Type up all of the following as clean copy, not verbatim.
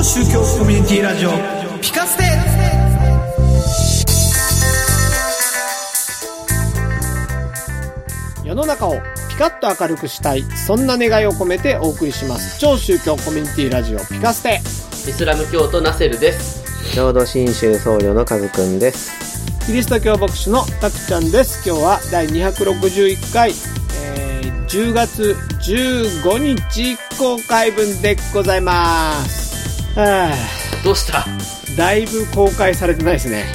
宗教コミュニティラジオピカステ。世の中をピカッと明るくしたい、そんな願いを込めてお送りします超宗教コミュニティラジオピカステ。 イスラム教徒ナセルです。 浄土真宗僧侶のカズくんです。 キリスト教牧師のタクちゃんです。今日は第261回、10月15日公開分でございます。 どうした？ だいぶ公開されてないですね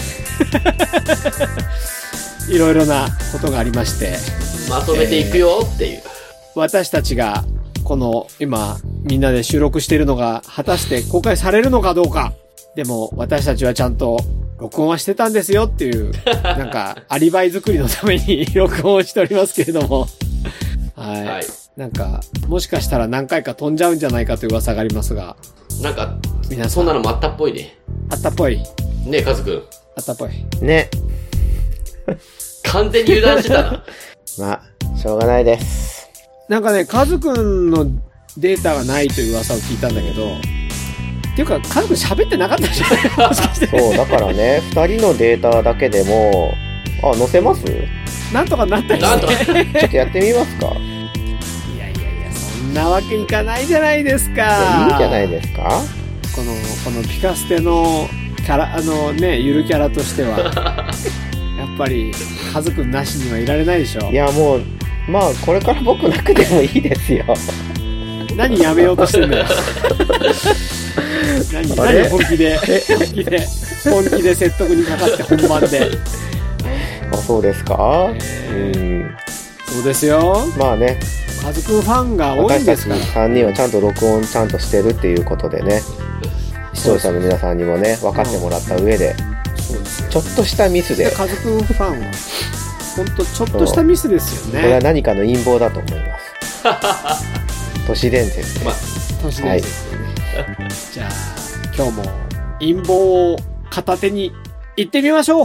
いろいろなことがありまして、 まとめていくよっていう、 私たちがこの今みんなで収録しているのが果たして公開されるのかどうか。でも私たちはちゃんと録音はしてたんですよっていうなんかアリバイ作りのために録音をしておりますけれどもはい、はい、なんかもしかしたら何回か飛んじゃうんじゃないかという噂がありますが、 なんか皆さんそんなのもあったっぽいね。 あったっぽいねえ、カズくん。 あったっぽいね。 完全に油断してたなまあしょうがないです。 なんかね、カズくんのデータがないという噂を聞いたんだけど、っていうかカズくん喋ってなかったじゃんもしかして。 そうだからね、2人のデータだけでも載せます？ なんとかなったりしてちょっとやってみますか。 いやそんなわけいかないじゃないですか。 いいじゃないですか。 このピカステのキャラゆるキャラとしてはやっぱりカズくんなしにはいられないでしょ。 いやもうまあこれから僕なくてもいいですよ何やめようとしてんだよ何本気で説得にかかって本番であ、そうですか。 そうですよ。 まあね、 カズくんファンが多いんですから。 私たち3人はちゃんと録音ちゃんとしてるっていうことでね、視聴者の皆さんにもね分かってもらった上で、ちょっとしたミスでカズくんファンはほんとちょっとしたミスですよね。 これは何かの陰謀だと思います都市伝説、 都市伝説ね、はい、じゃあ今日も陰謀を片手に行ってみましょう。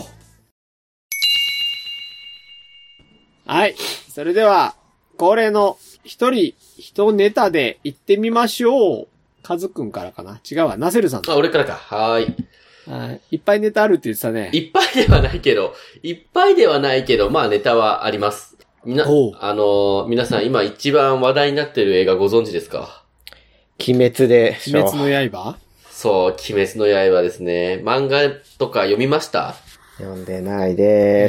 はい。それでは、恒例の一人一ネタで行ってみましょう。カズくんからかな？違うわ。ナセルさん。 あ、俺からか。はーい。 いっぱいネタあるって言ってたね。 いっぱいではないけど、まあネタはあります。皆さん今一番話題になってる映画ご存知ですか？ 鬼滅でしょ。 鬼滅の刃？ そう、鬼滅の刃ですね。漫画とか読みました？ 読んでないです。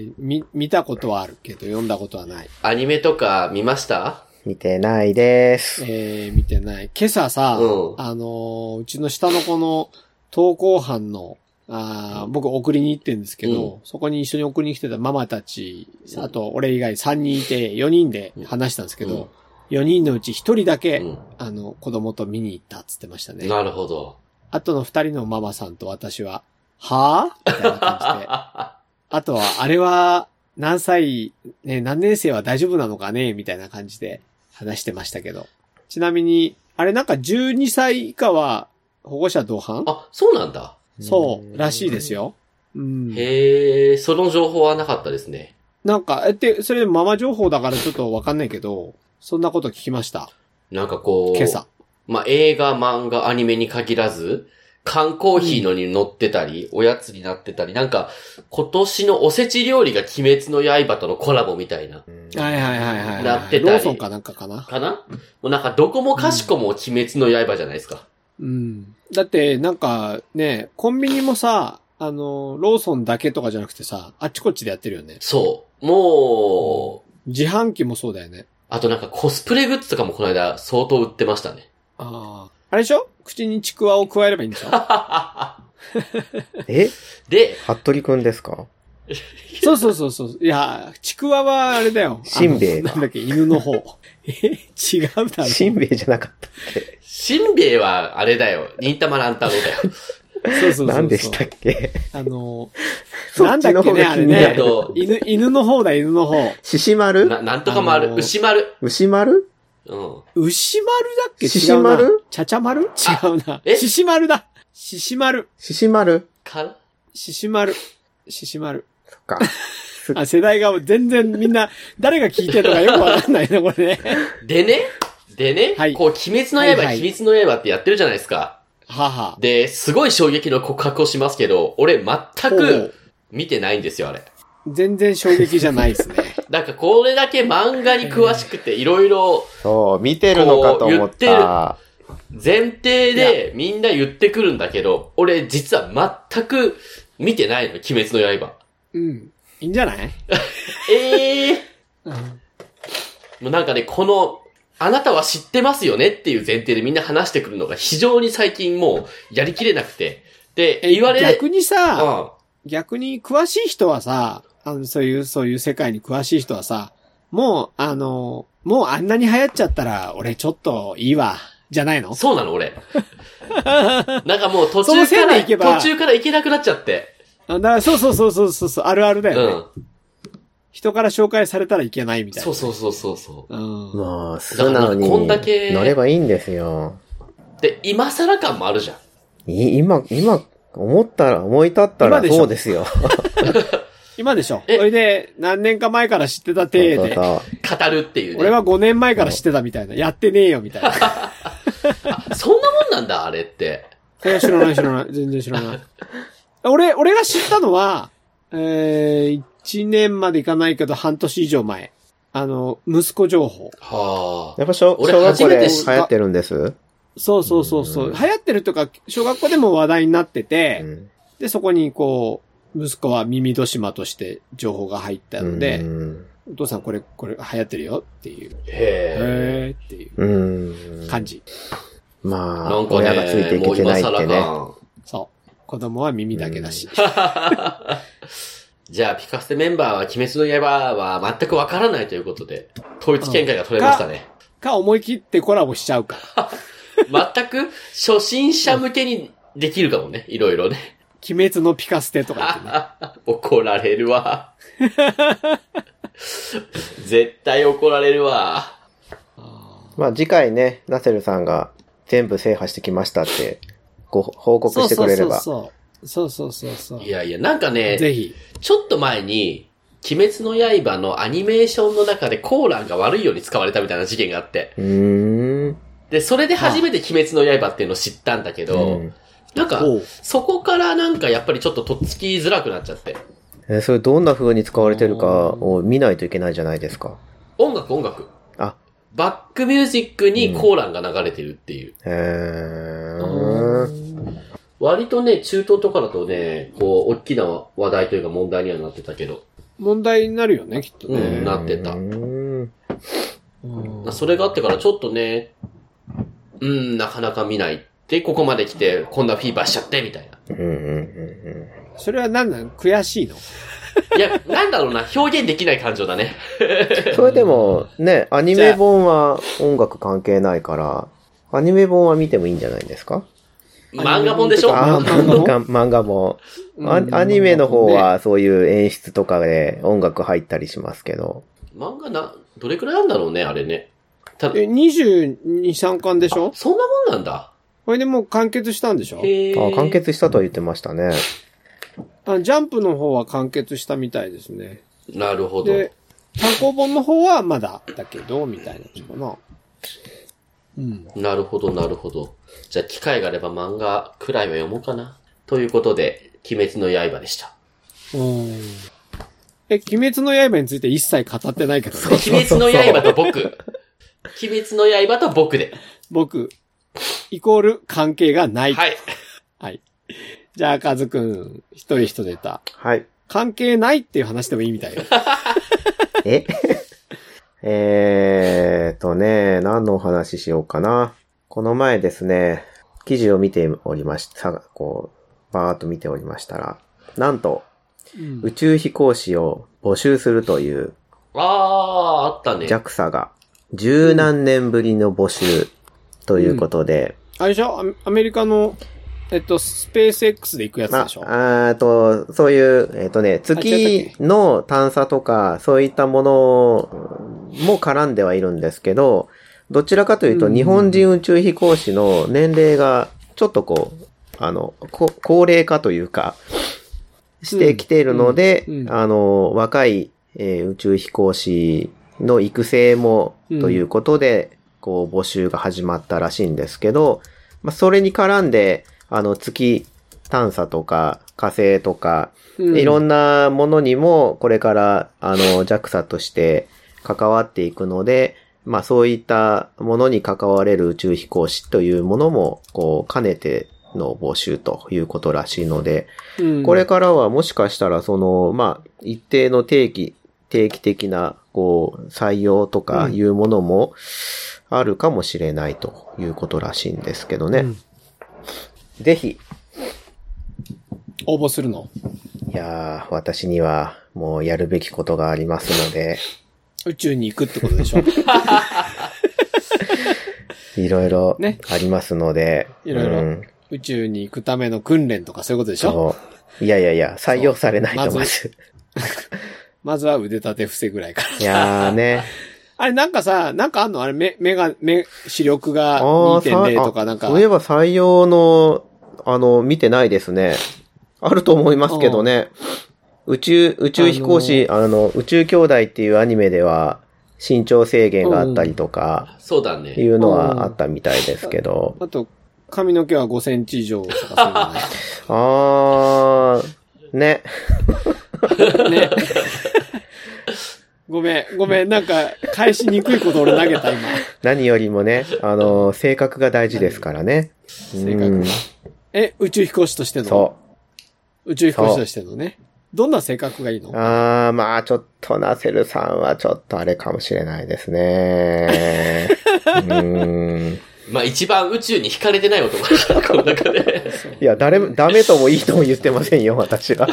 見たことはあるけど読んだことはない。 アニメとか見ました？ 見てないです。 見てない。今朝さ、うちの下の子の登校班の僕送りに行ってるんですけど、そこに一緒に送りに来てたママたち、あと俺以外3人いて4人で話したんですけど、4人のうち1人だけ、子供と見に行ったっつってましたね。 なるほど。 あとの2人のママさんと私は、はぁみたいな感じで。あとは、あれは、何歳、ね、何年生は大丈夫なのかねみたいな感じで話してましたけど。ちなみに、あれなんか12歳以下は保護者同伴？ あ、そうなんだ。 そう、らしいですよ。 へー、その情報はなかったですね。 なんか、それママ情報だからちょっとわかんないけど、そんなこと聞きました。 なんかこう、 今朝。 まあ、映画、漫画、アニメに限らず、缶コーヒーのに乗ってたり、おやつになってたり、なんか、今年のおせち料理が鬼滅の刃とのコラボみたいな。 はい。 なってたり。 ローソンかなんかかな？ もうなんかどこもかしこも鬼滅の刃じゃないですか。 だってなんかね、コンビニもさ、ローソンだけとかじゃなくてさ、あっちこっちでやってるよね。 そう。もう、自販機もそうだよね。 あとなんかコスプレグッズとかもこの間相当売ってましたね。 あれでしょ？口にちくわを加えればいいんでしょ？ で、服部くんですか？ そう。いや、ちくわはあれだよ。 しんべヱ。 なんだっけ、犬の方。違うだろ。 しんべヱじゃなかったっけ？ しんべヱはあれだよ。忍たま乱太郎だよ。 そう。何でしたっけ？ なんだっけね、あれね。犬の方だ、犬の方。 獅子丸？ なんとか丸。牛丸？ 牛丸？ 牛丸だっけ？ 獅子丸？ ちゃちゃ丸？違うな。獅子丸だ。獅子丸。 獅子丸？ 獅子丸。獅子丸。 そっか。 世代が全然みんな、誰が聞いてるのかよくわかんないね、これね。 でね、はい、こう、鬼滅の刃ってやってるじゃないですか。 はは。 で、すごい衝撃の告白をしますけど、俺全く見てないんですよ、あれ。 全然衝撃じゃないですね。 なんかこれだけ漫画に詳しくていろいろ、 そう、見てるのかと思った。 前提でみんな言ってくるんだけど、俺実は全く見てないの、鬼滅の刃。 うん。いいんじゃない？ もうなんかね、あなたは知ってますよねっていう前提でみんな話してくるのが非常に最近もうやりきれなくて。で、 逆にさ、逆に詳しい人はさ、そういう世界に詳しい人はさ、もうあんなに流行っちゃったら、俺ちょっといいわ、じゃないの？ そうなの、俺。なんかもう途中から行けなくなっちゃって。 そう、あるあるだよね。人から紹介されたらいけないみたいな。 そう。 もう、素直に乗ればいいんですよ。 で、今更感もあるじゃん。 今、思い立ったらそうですよ。 今でしょ。それで、何年か前から知ってた体で。 語るっていうね。 俺は5年前から知ってたみたいな。やってねえよみたいな。 そんなもんなんだ、あれって。 いや、知らない。全然知らない。俺が知ったのは、1年までいかないけど半年以上前。息子情報。 はあ。 やっぱ小学校で流行ってるんです？ そう。流行ってるとか、小学校でも話題になってて、で、そこに息子は耳戸島として情報が入ったので、お父さんこれ流行ってるよっていう。へーっていう感じ。 まあ、親がついていけてないってね。 そう。子供は耳だけだし。 じゃあ、ピカステメンバーは鬼滅の刃は全くわからないということで、統一見解が取れましたね。 思い切ってコラボしちゃうか。 全く初心者向けにできるかもね、いろいろね。 鬼滅のピカステとか言ってね。 怒られるわ。絶対怒られるわ。 まあ次回ね、ナセルさんが全部制覇してきましたってご報告してくれれば。 そう。 いや、なんかね、 ぜひ。 ちょっと前に、鬼滅の刃のアニメーションの中でコーランが悪いように使われたみたいな事件があって。で、それで初めて鬼滅の刃っていうのを知ったんだけど、なんか、そこからなんかやっぱりちょっととっつきづらくなっちゃって。 それどんな風に使われてるかを見ないといけないじゃないですか。 音楽。バックミュージックにコーランが流れてるっていう。割とね、中東とかだとね、大きな話題というか問題にはなってたけど。 問題になるよね、きっとね。 なってた。それがあってからちょっとね、なかなか見ない。で、ここまで来て、こんなフィーバーしちゃって、みたいな。 それは何なの？悔しいの？ いや、なんだろうな、表現できない感情だね。 それでも、ね、アニメ本は音楽関係ないから、アニメ本は見てもいいんじゃないですか？ 漫画本でしょ？ 漫画本。アニメの方はそういう演出とかで音楽入ったりしますけど。 漫画どれくらいなんだろうね、あれね。 22、3巻でしょ？ そんなもんなんだ。 これでもう完結したんでしょ？ 完結したとは言ってましたね。 ジャンプの方は完結したみたいですね。 なるほど。 で、単行本の方はまだだけど、みたいなのかな。 なるほど。じゃあ、機会があれば漫画くらいは読もうかな。ということで、鬼滅の刃でした。 鬼滅の刃について一切語ってないけどね。 鬼滅の刃と僕。鬼滅の刃と僕で。 僕、イコール関係がない。 はい。 はい。じゃあ、カズくん、一人ネタ。 はい。 関係ないっていう話でもいいみたいよ。 何のお話しようかな。この前ですね、記事を見ておりました、バーっと見ておりましたら、なんと、宇宙飛行士を募集するという、 あったね。 JAXA が、十何年ぶりの募集ということで、 あれでしょ？アメリカの、スペース X で行くやつでしょ？ そういう、月の探査とか、そういったものも絡んではいるんですけど、どちらかというと、日本人宇宙飛行士の年齢が、ちょっと高齢化というか、してきているので、若い、宇宙飛行士の育成も、ということで、募集が始まったらしいんですけど、 まあ、それに絡んで、月探査とか火星とか、いろんなものにもこれからJAXA として関わっていくので、まあそういったものに関われる宇宙飛行士というものもこう兼ねての募集ということらしいので、これからはもしかしたらまあ一定の定期的なこう採用とかいうものもあるかもしれないということらしいんですけどね。ぜひ応募するの？ いやー、私にはもうやるべきことがありますので。 宇宙に行くってことでしょ？ いろいろありますので。 いろいろ宇宙に行くための訓練とかそういうことでしょ？ そう。いや、採用されないと思います。 まずは腕立て伏せぐらいから。 いやーね。 あれなんかさ、なんかあんの？あれ視力が 2.0 とかなんか。 そういえば採用の、見てないですね。あると思いますけどね。宇宙飛行士、宇宙兄弟っていうアニメでは身長制限があったりとか、 そうだね。 いうのはあったみたいですけど。 あと、髪の毛は5センチ以上とかそういうのない。 ね。 ね。ごめん、なんか、返しにくいこと俺投げた、今。 何よりもね、性格が大事ですからね。 性格。宇宙飛行士としての？ そう。 宇宙飛行士としてのね。どんな性格がいいの？ まあちょっとナセルさんはちょっとあれかもしれないですね。 まあ一番宇宙に惹かれてない男だから、この中で。 いや、ダメともいいとも言ってませんよ、私は。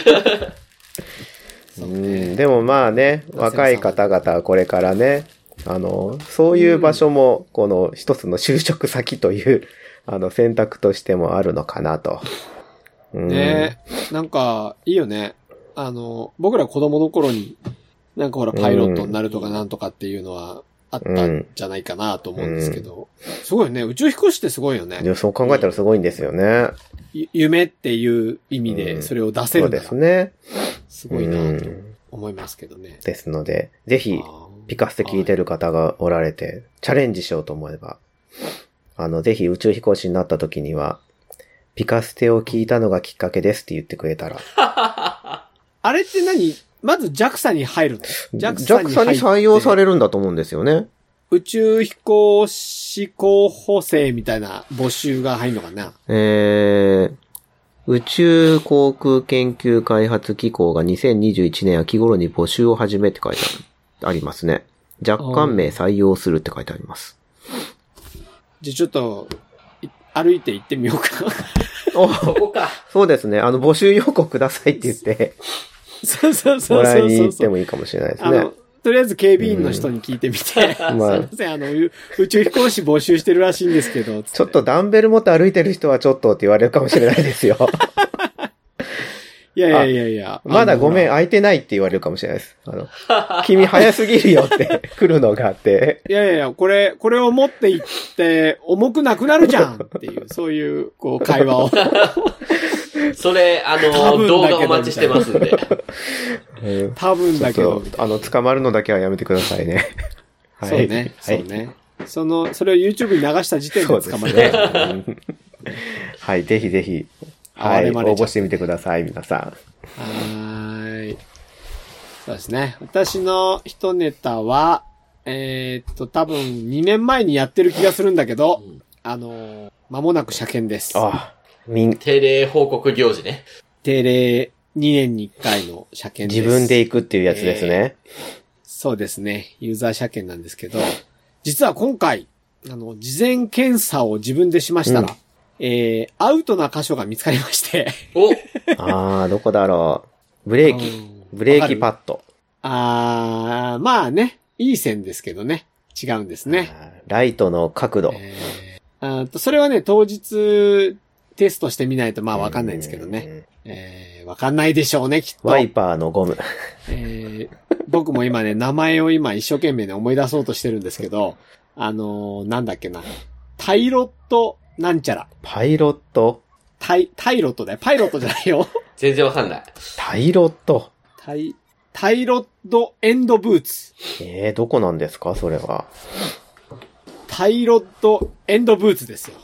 でもまあね、若い方々はこれからね、そういう場所も、この一つの就職先という、選択としてもあるのかなと。 ねえ、なんか、いいよね。僕ら子供の頃に、なんかほら、パイロットになるとかなんとかっていうのはあったんじゃないかなと思うんですけど、すごいよね。宇宙飛行士ってすごいよね。 いや、そう考えたらすごいんですよね。 夢っていう意味でそれを出せるんだそうですね。 すごいなと思いますけどね。 ですので、ぜひ、ピカステ聞いてる方がおられて、チャレンジしようと思えば、ぜひ宇宙飛行士になった時には、ピカステを聞いたのがきっかけですって言ってくれたら。 あれって何？まず JAXA に入るの？ JAXA に採用されるんだと思うんですよね。 宇宙飛行士候補生みたいな募集が入るのかな？ 宇宙航空研究開発機構が2021年秋頃に募集を始めって書いてありますね。若干名採用するって書いてあります。 じゃあちょっと、歩いて行ってみようか。 そこか。 そうですね。募集要項くださいって言って。 そう。 もらいに行ってもいいかもしれないですね。 とりあえず警備員の人に聞いてみて。すいません、宇宙飛行士募集してるらしいんですけど。 ちょっとダンベル持って歩いてる人はちょっとって言われるかもしれないですよ。 いや。 まだごめん、空いてないって言われるかもしれないです。君早すぎるよって来るのがあって。 いや、これを持って行って重くなくなるじゃんっていう、そういう、会話を。 それ、動画お待ちしてますんで。 多分だけど。 捕まるのだけはやめてくださいね。 はい、そうね。それを YouTube に流した時点で捕まる。 はい、ぜひ。はい、応募してみてください、皆さん。そうですね。私の一ネタは、多分2年前にやってる気がするんだけど、間もなく車検です。 定例報告行事ね。 定例2年に1回の車検です。 自分で行くっていうやつですね。 そうですね。ユーザー車検なんですけど、実は今回、事前検査を自分でしましたら、アウトな箇所が見つかりまして。 どこだろう。ブレーキパッド。 まあね、いい線ですけどね。違うんですね。 ライトの角度。 それはね、当日テストしてみないとまあわかんないんですけどね。わかんないでしょうね、きっと。 ワイパーのゴム。 僕も今ね、名前を今一生懸命ね思い出そうとしてるんですけど、なんだっけな。タイロットなんちゃら。 パイロットタイロットだよ。パイロットじゃないよ。 全然わかんない。 タイロットタイロットエンドブーツ。 どこなんですかそれは。 タイロットエンドブーツですよ。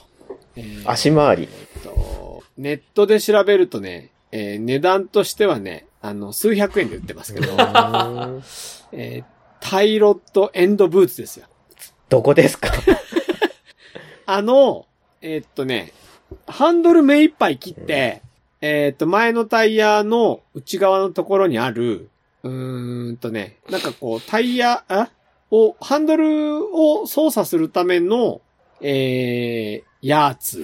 足回り。 ネットで調べるとね、値段としてはね、数百円で売ってますけど、タイロットエンドブーツですよ。 どこですか？ ハンドル目いっぱい切って、前のタイヤの内側のところにある、なんかこう、ハンドルを操作するための、やつ。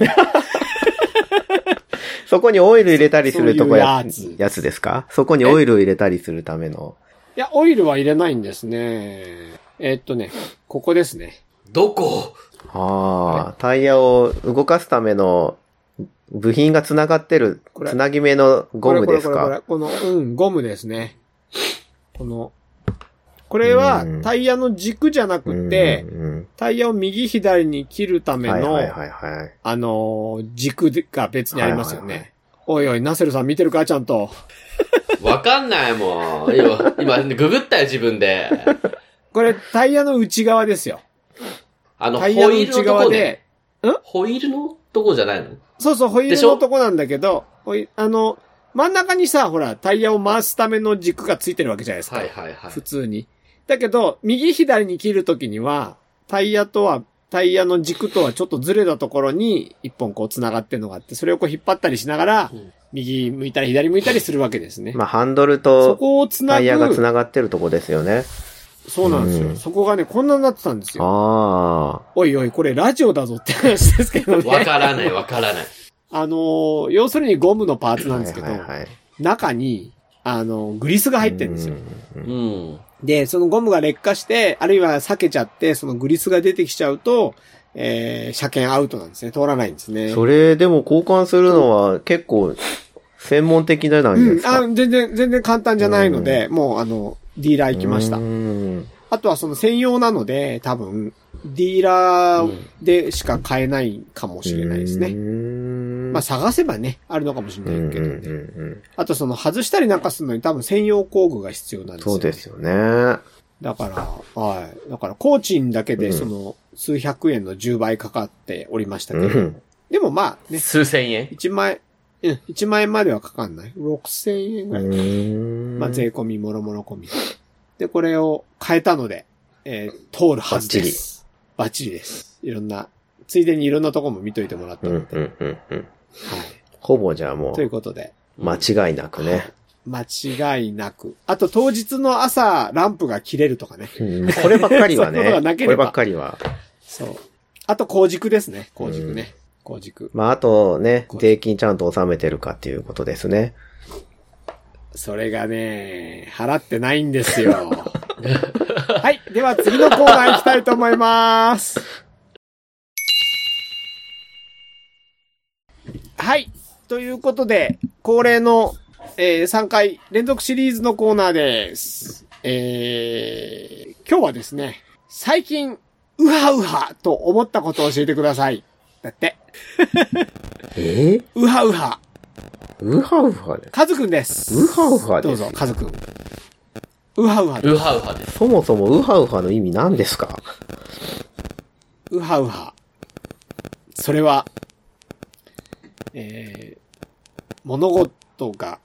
そこにオイル入れたりするとこやつですか？そこにオイルを入れたりするための。 いや、オイルは入れないんですね。ここですね。 どこ？ タイヤを動かすための部品が繋がってる、つなぎ目のゴムですか？ この、ゴムですね。これはタイヤの軸じゃなくて、タイヤを右左に切るための、軸が別にありますよね。おいおい、ナセルさん見てるかちゃんと。 わかんないもん。今、ググったよ、自分で。 これ、タイヤの内側ですよ。 ホイールのとこで。ホイールのとこじゃないの？ そうそう、ホイールのとこなんだけど、真ん中にさ、ほら、タイヤを回すための軸がついてるわけじゃないですか。普通に。だけど、右左に切るときには、タイヤの軸とはちょっとずれたところに一本こう繋がってるのがあって、それをこう引っ張ったりしながら、右向いたり左向いたりするわけですね。 ハンドルとタイヤが繋がってるとこですよね。 そうなんですよ。そこがね、こんなになってたんですよ。おいおい、これラジオだぞって話ですけどね。 わからない。 要するにゴムのパーツなんですけど、中に、グリスが入ってるんですよ。で、そのゴムが劣化して、あるいは裂けちゃって、そのグリスが出てきちゃうと、車検アウトなんですね。通らないんですね。 それでも交換するのは結構専門的ななんですか？ 全然簡単じゃないので、もうディーラー行きました。あとはその専用なので、多分、ディーラーでしか買えないかもしれないですね。探せばね、あるのかもしれないけどね。あとその外したりなんかするのに多分専用工具が必要なんですよ。 そうですよね。 だから、工賃だけでその数百円の10倍かかっておりましたけど。でもね。 数千円 ?1 万円まではかかんない。6000円ぐらい。税込み、もろもろ込み。で、これを変えたので、通るはずです。バッチリです。ついでにいろんなところも見といてもらったので。 ほぼじゃあもう。 ということで。 間違いなくね。 間違いなく。あと当日の朝、ランプが切れるとかね。 こればっかりはね。 こればっかりは。そう。あと、工軸ですね。工軸ね。工軸。 あとね、税金ちゃんと納めてるかっていうことですね。 それがね、払ってないんですよ。はい。では次のコーナー行きたいと思います。はい。ということで、恒例の、3回連続シリーズのコーナーです。今日はですね、最近、ウハウハと思ったことを教えてください。だって。ウハウハ。 ウハウハでカズくんです。 ウハウハです。 どうぞ、カズくん。ウハウハです。 ウハウハです。 そもそもウハウハの意味何ですか？ ウハウハ。それは、物事が、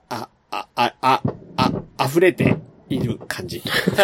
溢れている感じ。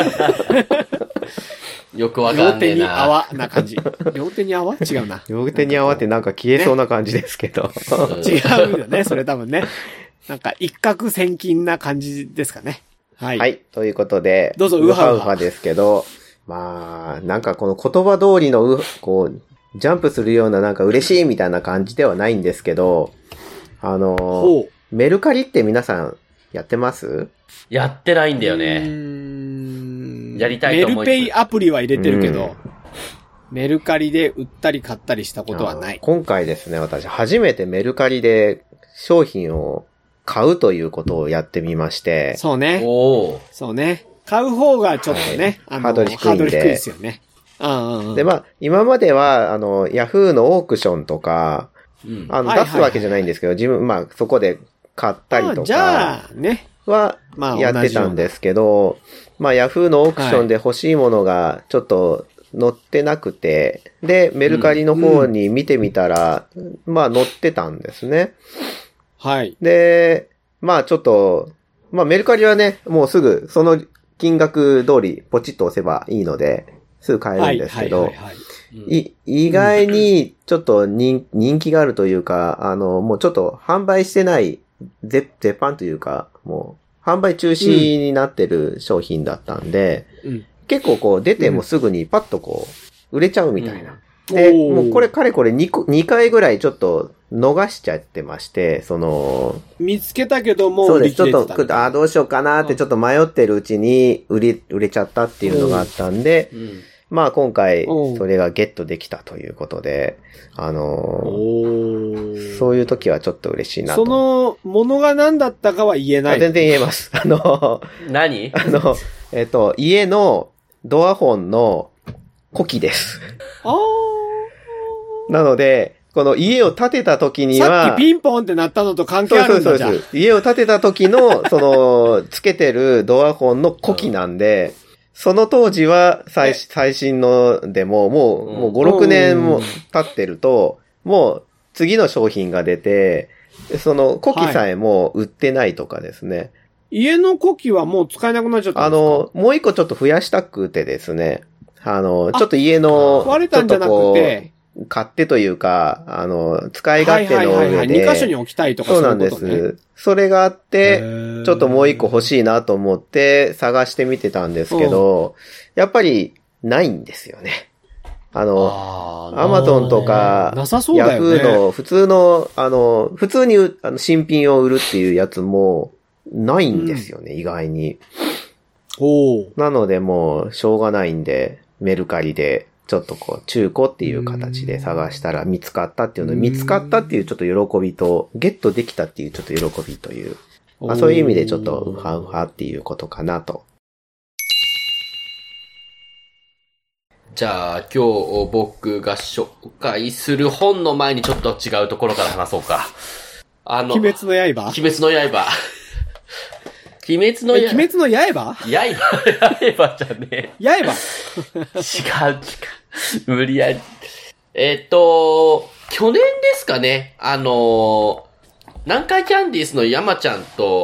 よくわかんねえな。 両手に泡な感じ。両手に泡違うな。 両手に泡ってなんか消えそうな感じですけど。 違うよね、それ多分ね。なんか一攫千金な感じですかね。はい。 はい。ということで、 どうぞウハウハですけど、なんかこの言葉通りのジャンプするようななんか嬉しいみたいな感じではないんですけど、メルカリって皆さんやってます？ やってないんだよね。やりたいと思います。 メルペイアプリは入れてるけど、メルカリで売ったり買ったりしたことはない。 今回ですね、私初めてメルカリで商品を買うということをやってみまして。 そうね。そうね。買う方がちょっとね、ハードル低いですよね。 で、今までは、ヤフーのオークションとか、出すわけじゃないんですけど、自分、そこで買ったりとか。 じゃあ、ね。 は、やってたんですけど、ヤフーのオークションで欲しいものがちょっと載ってなくて、で、メルカリの方に見てみたら、まあ載ってたんですね。 はい。 で、まあちょっと、まあメルカリはね、もうすぐその金額通りポチッと押せばいいので、すぐ買えるんですけど、意外にちょっと人気があるというか、もうちょっと販売してない絶版というか、もう販売中止になってる商品だったんで、結構こう出てもすぐにパッとこう売れちゃうみたいな。で、もうこれかれこれ2回ぐらいちょっと逃しちゃってまして、 見つけたけども、 そうです。ちょっと、どうしようかなってちょっと迷ってるうちに売れちゃったっていうのがあったんで、まあ今回、それがゲットできたということで、そういう時はちょっと嬉しいなと。 そのものが何だったかは言えない。 全然言えます。 何？ 家のドアホンの子機です。なので、この家を建てた時には、 さっきピンポンってなったのと関係あるんだじゃん。そう。 家を建てた時の、つけてるドアホンの子機なんで、その当時は最新のでも、もう5、6年も経ってると、もう次の商品が出て、その子機さえもう売ってないとかですね。 家の子機はもう使えなくなっちゃったんですか？ もう一個ちょっと増やしたくてですね。ちょっと家の、 壊れたんじゃなくて、 買ってというか、使い勝手の上で。 2箇所に置きたいとかそうなんです。それがあって、ちょっともう一個欲しいなと思って探してみてたんですけど、やっぱりないんですよね。アマゾンとか、ヤフーの普通に新品を売るっていうやつもないんですよね、意外に。なのでもうしょうがないんで、メルカリでちょっとこう中古っていう形で探したら見つかったっていうので、見つかったっていうちょっと喜びと、ゲットできたっていうちょっと喜びという、そういう意味でちょっとウハウハっていうことかなと。 じゃあ今日僕が紹介する本の前にちょっと違うところから話そうか。 鬼滅の刃？ 鬼滅の刃。鬼滅の刃？ 鬼滅の刃？ 刃じゃねえ。 刃？ 違う。無理やり。去年ですかね。南海キャンディーズの山ちゃん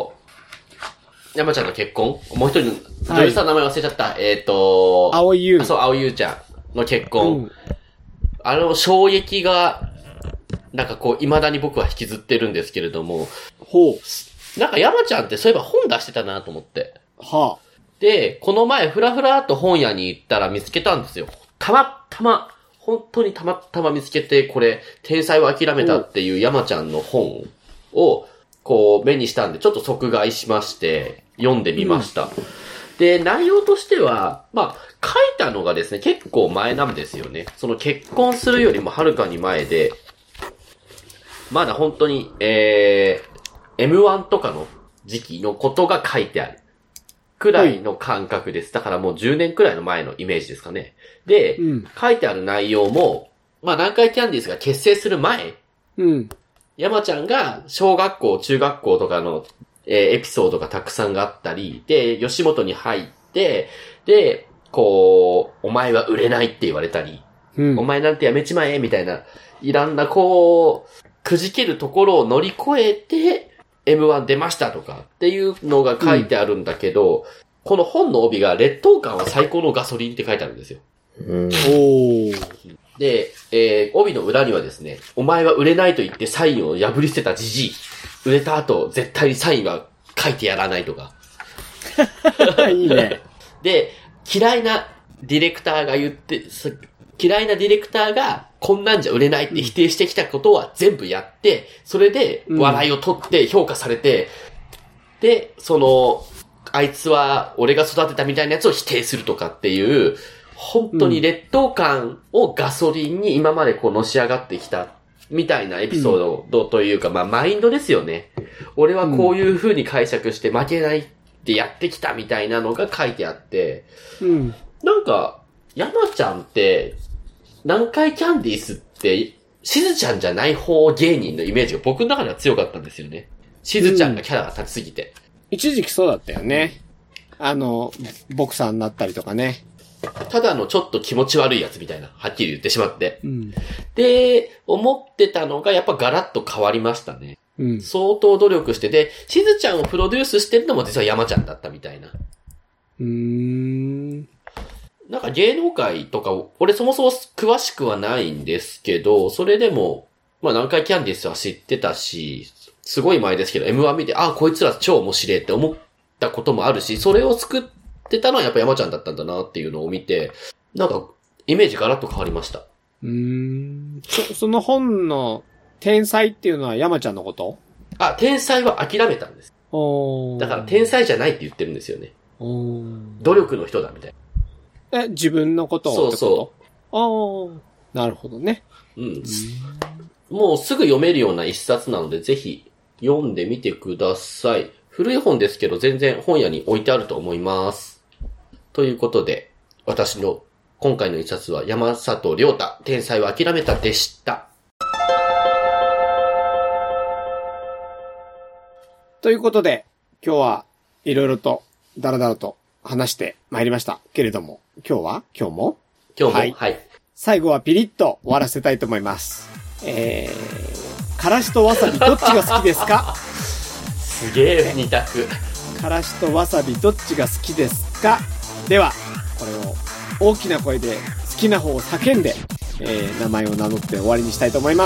の結婚？もう一人の女優さんの名前忘れちゃった。 青井優。 そう、青井優ちゃんの結婚。衝撃が、なんかこう、未だに僕は引きずってるんですけれども。なんか山ちゃんってそういえば本出してたなと思って。で、この前ふらふらっと本屋に行ったら見つけたんですよ。本当にたまたま見つけて、これ、天才を諦めたっていう山ちゃんの本を、こう、目にしたんで、ちょっと即買いしまして、読んでみました。で、内容としては、まあ、書いたのがですね、結構前なんですよね。その結婚するよりもはるかに前で、まだ本当に、M1 とかの時期のことが書いてある。くらいの感覚です。だからもう10年くらいの前のイメージですかね。で、書いてある内容も、まあ南海キャンディーズが結成する前、山ちゃんが小学校、中学校とかの、エピソードがたくさんがあったり、で、吉本に入って、で、こう、お前は売れないって言われたり、お前なんてやめちまえ、みたいな、いろんなこう、くじけるところを乗り越えて、M1 出ましたとかっていうのが書いてあるんだけど、この本の帯が劣等感は最高のガソリンって書いてあるんですよ。で、帯の裏にはですね、お前は売れないと言ってサインを破り捨てたじじい。売れた後、絶対にサインは書いてやらないとか。 いいね。 で、嫌いなディレクターがこんなんじゃ売れないって否定してきたことは全部やって、それで笑いを取って評価されて、で、あいつは俺が育てたみたいなやつを否定するとかっていう、本当に劣等感をガソリンに今までこうのし上がってきたみたいなエピソードというか、まあマインドですよね。俺はこういう風に解釈して負けないってやってきたみたいなのが書いてあって、なんか、山ちゃんって、南海キャンディーズって、しずちゃんじゃない方芸人のイメージが僕の中では強かったんですよね。しずちゃんがキャラが立ちすぎて。 一時期そうだったよね。ボクサーになったりとかね。 ただのちょっと気持ち悪いやつみたいな、はっきり言ってしまって。 うん、 で、思ってたのがやっぱガラッと変わりましたね。 うん、 相当努力して、で、しずちゃんをプロデュースしてるのも実は山ちゃんだったみたいな。なんか芸能界とか、俺そもそも詳しくはないんですけど、それでも、まあ南海キャンディーズは知ってたし、すごい前ですけど、M1 見て、あ、こいつら超面白いって思ったこともあるし、それを作ってたのはやっぱ山ちゃんだったんだなっていうのを見て、なんか、イメージガラッと変わりました。 その本の天才っていうのは山ちゃんのこと？ あ、天才は諦めたんです。だから天才じゃないって言ってるんですよね。努力の人だみたいな。自分のことをってこと？ そう。 なるほどね。 もうすぐ読めるような一冊なので、ぜひ読んでみてください。古い本ですけど、全然本屋に置いてあると思います。ということで、私の今回の一冊は山里亮太、天才は諦めたでした。 ということで、今日はいろいろとだらだらと話してまいりましたけれども、今日もはい。 最後はピリッと終わらせたいと思います。からしとわさびどっちが好きですか？ すげえ二択。 からしとわさびどっちが好きですか？では、これを大きな声で好きな方を叫んで、名前を名乗って終わりにしたいと思います。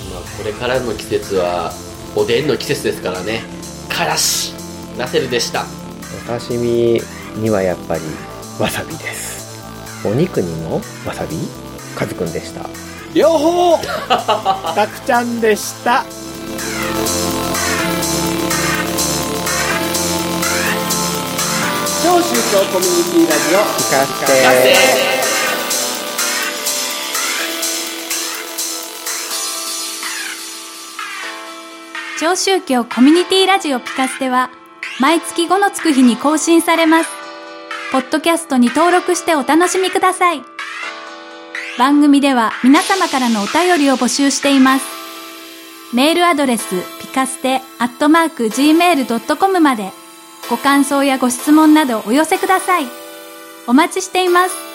まあ、これからの季節はおでんの季節ですからね。からしナセルでした。 お刺身にはやっぱりわさびです。お肉にもわさび？カズくんでした。 両方たくちゃんでした。超宗教コミュニティラジオ聞かせて。 超宗教コミュニティラジオピカステは毎月5のつく日に更新されます。ポッドキャストに登録してお楽しみください。番組では皆様からのお便りを募集しています。メールアドレスピカステ@gmail.com までご感想やご質問などお寄せください。お待ちしています。